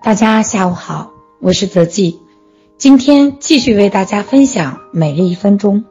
大家下午好，我是泽记，今天继续为大家分享每日1分钟。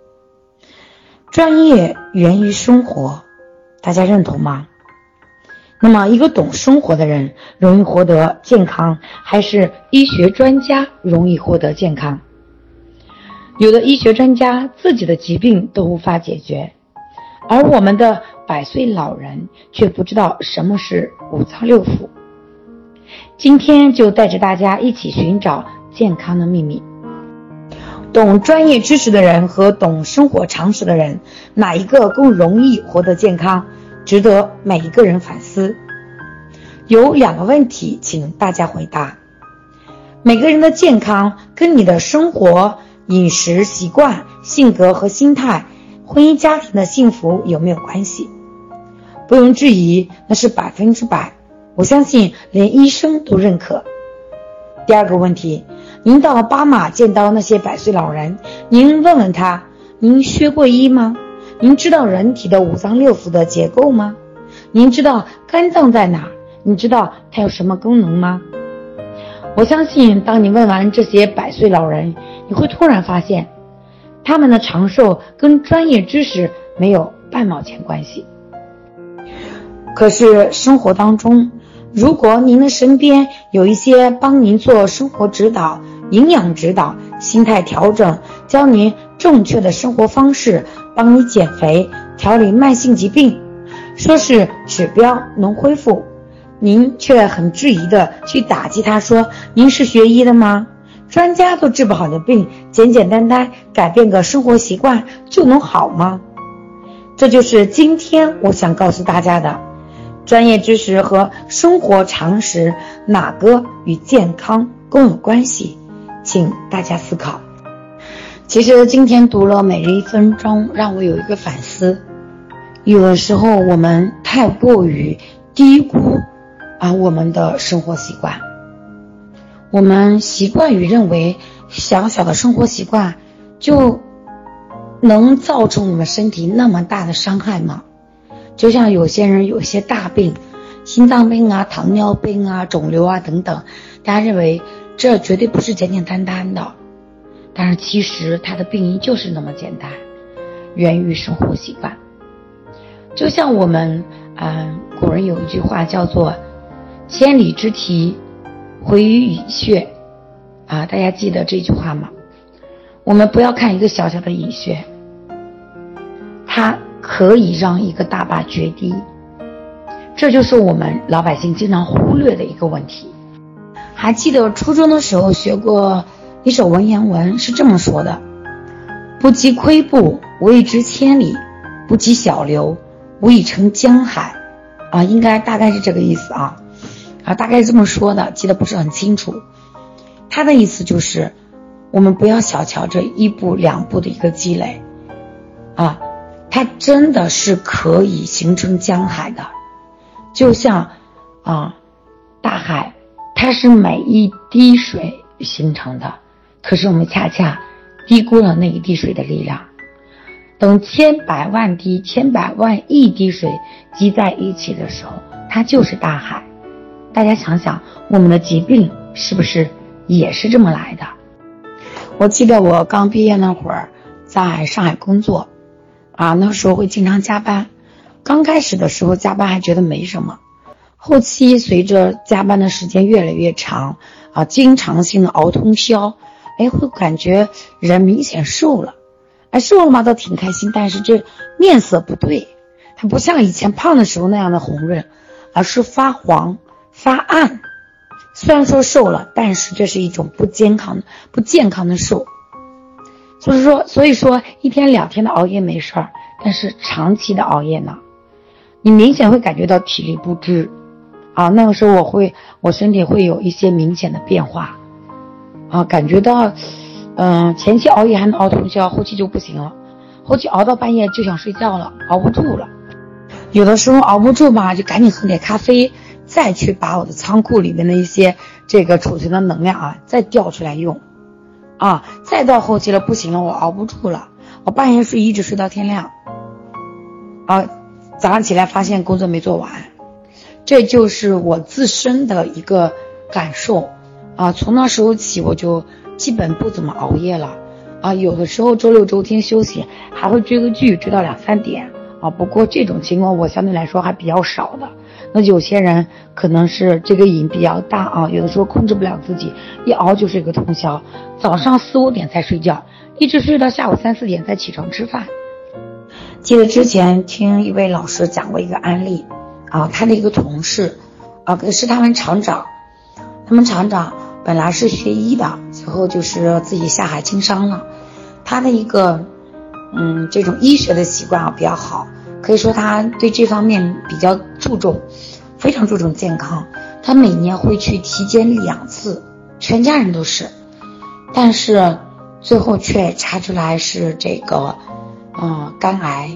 专业源于生活，大家认同吗？那么一个懂生活的人容易获得健康，还是医学专家容易获得健康？有的医学专家自己的疾病都无法解决，而我们的100岁老人却不知道什么是五脏六腑。今天就带着大家一起寻找健康的秘密。懂专业知识的人和懂生活常识的人，哪一个更容易获得健康，值得每一个人反思。有2个问题请大家回答。每个人的健康跟你的生活、饮食习惯、性格和心态、婚姻家庭的幸福有没有关系？不用质疑，那是100%，我相信连医生都认可。第2个问题，您到巴马见到那些100岁老人，您问问他，您学过医吗？您知道人体的五脏六腑的结构吗？您知道肝脏在哪？你知道它有什么功能吗？我相信当你问完这些100岁老人，你会突然发现，他们的长寿跟专业知识没有半毛钱关系。可是生活当中，如果您的身边有一些帮您做生活指导、营养指导、心态调整，教您正确的生活方式，帮你减肥、调理慢性疾病，说是指标能恢复，您却很质疑的去打击他，说您是学医的吗？专家都治不好的病，简简单单改变个生活习惯就能好吗？这就是今天我想告诉大家的，专业知识和生活常识哪个与健康更有关系？请大家思考。其实今天读了每日1分钟，让我有一个反思。有的时候我们太过于低估我们的生活习惯，我们习惯于认为小小的生活习惯就能造成我们身体那么大的伤害吗？就像有些人有些大病，心脏病糖尿病肿瘤等等，大家认为这绝对不是简简单单的，但是其实它的病因就是那么简单，源于生活习惯。就像我们古人有一句话叫做千里之堤回于蚁穴大家记得这句话吗？我们不要看一个小小的蚁穴，它可以让一个大坝决堤，这就是我们老百姓经常忽略的一个问题。还记得初中的时候学过一首文言文，是这么说的：不积跬步，无以至千里；不积小流，无以成江海。应该大概是这个意思大概是这么说的，记得不是很清楚。他的意思就是我们不要小瞧这1步2步的一个积累它真的是可以形成江海的。就像大海，它是每一滴水形成的，可是我们恰恰低估了那一滴水的力量。等千百万滴、千百万亿滴水积在一起的时候，它就是大海。大家想想，我们的疾病是不是也是这么来的？我记得我刚毕业那会儿在上海工作那时候会经常加班。刚开始的时候加班还觉得没什么，后期随着加班的时间越来越长经常性的熬通宵，会感觉人明显瘦了。瘦了嘛倒挺开心，但是这面色不对，它不像以前胖的时候那样的红润，而是发黄发暗。虽然说瘦了，但是这是一种不健康的瘦。所以说1天2天的熬夜没事儿，但是长期的熬夜呢，你明显会感觉到体力不支那个时候我身体会有一些明显的变化感觉到前期熬夜还能熬通宵，后期就不行了，后期熬到半夜就想睡觉了，熬不住了。有的时候熬不住就赶紧喝点咖啡，再去把我的仓库里面的一些这个储存的能量再调出来用再到后期了不行了，我熬不住了，我半夜睡一直睡到天亮早上起来发现工作没做完。这就是我自身的一个感受从那时候起我就基本不怎么熬夜了有的时候周六周天休息还会追个剧追到2-3点不过这种情况我相对来说还比较少的。那有些人可能是这个瘾比较大有的时候控制不了自己，一熬就是一个通宵，早上4-5点才睡觉，一直睡到下午3-4点再起床吃饭。记得之前听一位老师讲过一个案例他的一个同事是他们厂长本来是学医的，最后就是自己下海经商了。他的一个这种医学的习惯比较好，可以说他对这方面比较注重，非常注重健康。他每年会去体检2次，全家人都是，但是最后却查出来是这个肝癌。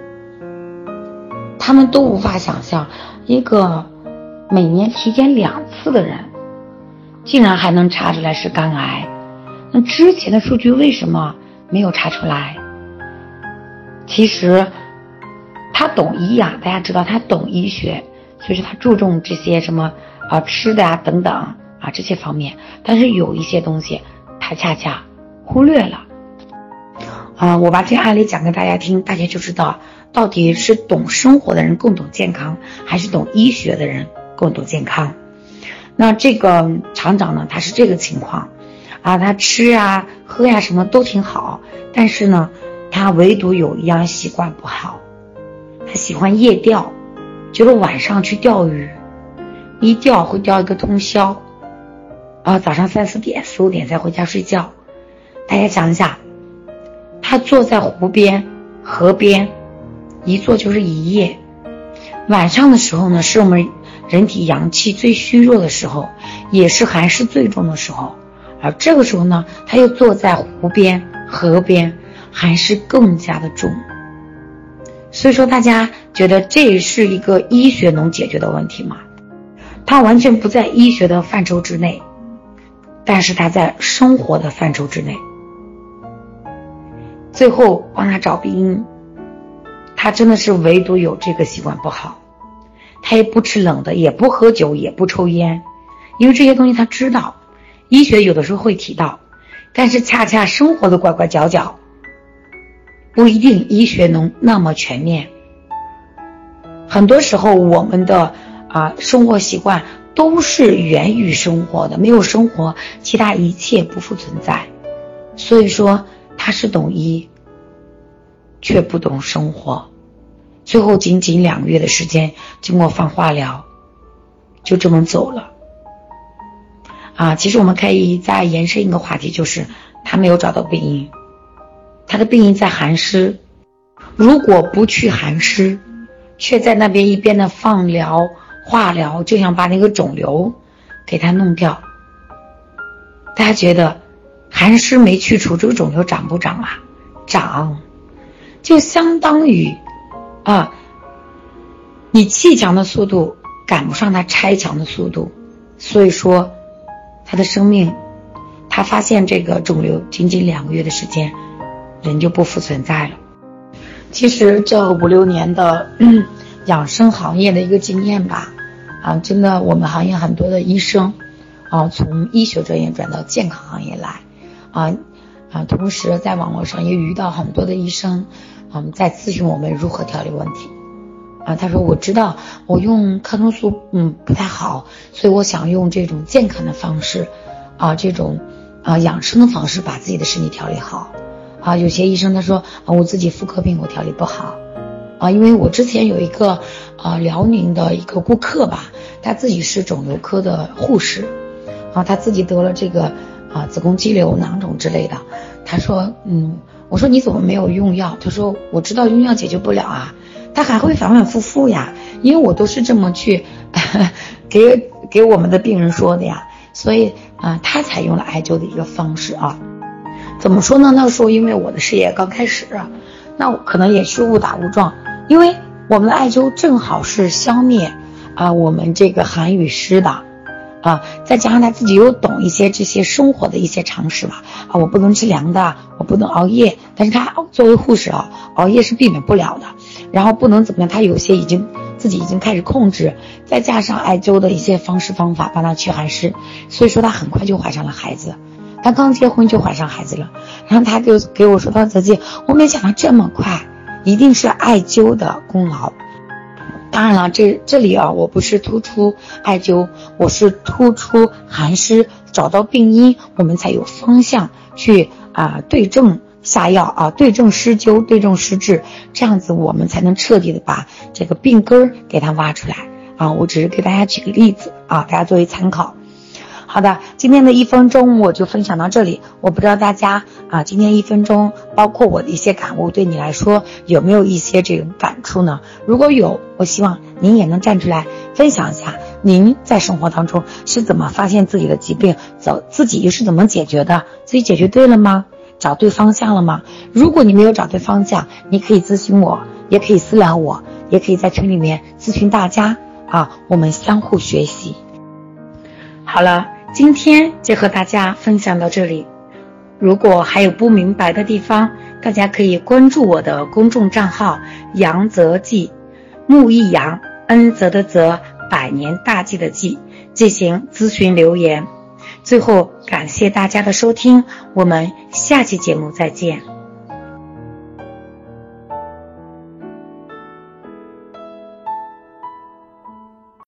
他们都无法想象一个每年体检2次的人竟然还能查出来是肝癌。那之前的数据为什么没有查出来？其实他懂医大家知道他懂医学，所以说他注重这些什么吃的等等这些方面，但是有一些东西他恰恰忽略了我把这个案例讲给大家听，大家就知道到底是懂生活的人更懂健康，还是懂医学的人更懂健康。那这个厂长呢，他是这个情况他吃喝什么都挺好，但是呢他唯独有一样习惯不好，他喜欢夜钓，就是晚上去钓鱼，一钓会钓一个通宵早上3-4点4-5点才回家睡觉。大家想一下，他坐在湖边河边一坐就是一夜，晚上的时候呢是我们人体阳气最虚弱的时候，也是寒湿最重的时候，而这个时候呢他又坐在湖边河边，寒湿更加的重。所以说大家觉得这是一个医学能解决的问题吗？它完全不在医学的范畴之内，但是它在生活的范畴之内。最后帮他找病因，他真的是唯独有这个习惯不好，他也不吃冷的，也不喝酒，也不抽烟，因为这些东西他知道医学有的时候会提到，但是恰恰生活的拐拐角角不一定医学能那么全面。很多时候我们的生活习惯都是源于生活的，没有生活其他一切不复存在。所以说他是懂医却不懂生活，最后仅仅2个月的时间，经过放化疗就这么走了其实我们可以再延伸一个话题，就是他没有找到病因，他的病因在寒湿。如果不去寒湿，却在那边一边的放疗化疗，就想把那个肿瘤给它弄掉，大家觉得寒湿没去除，这个肿瘤长不长长，就相当于你砌墙的速度赶不上它拆墙的速度。所以说他的生命，他发现这个肿瘤仅仅2个月的时间，人就不复存在了。其实这5-6年的养生行业的一个经验吧真的我们行业很多的医生从医学专业转到健康行业来同时在网络上也遇到很多的医生在咨询我们如何调理问题他说我知道我用抗生素不太好，所以我想用这种健康的方式这种养生的方式把自己的身体调理好有些医生他说我自己妇科病我调理不好因为我之前有一个辽宁的一个顾客吧，他自己是肿瘤科的护士他自己得了这个子宫肌瘤囊肿之类的。他说我说你怎么没有用药？他说我知道用药解决不了他还会反反复复呀，因为我都是这么去给我们的病人说的呀，所以他采用了艾灸的一个方式怎么说呢？那时候因为我的事业刚开始那我可能也是误打误撞，因为我们的艾灸正好是消灭我们这个寒与湿的再加上他自己又懂一些这些生活的一些常识吧我不能吃凉的，我不能熬夜，但是他作为护士熬夜是避免不了的，然后不能怎么样，他有些已经自自己已经开始控制，再加上艾灸的一些方式方法帮他驱寒湿，所以说他很快就怀上了孩子。他刚结婚就怀上孩子了，然后他就给我说到泽姐，我没想到这么快，一定是艾灸的功劳。当然了，这里啊，我不是突出艾灸，我是突出寒湿，找到病因，我们才有方向去对症下药对症施灸，对症施治，这样子我们才能彻底的把这个病根给它挖出来我只是给大家举个例子大家作为参考。好的，今天的1分钟我就分享到这里。我不知道大家今天1分钟包括我的一些感悟，对你来说有没有一些这种感触呢？如果有，我希望您也能站出来分享一下，您在生活当中是怎么发现自己的疾病，自己又是怎么解决的？自己解决对了吗？找对方向了吗？如果你没有找对方向，你可以咨询我，也可以私聊我，也可以在群里面咨询大家我们相互学习。好了，今天就和大家分享到这里。如果还有不明白的地方，大家可以关注我的公众账号阳泽记，木一阳，恩泽的泽，百年大计的计，进行咨询留言。最后感谢大家的收听，我们下期节目再见。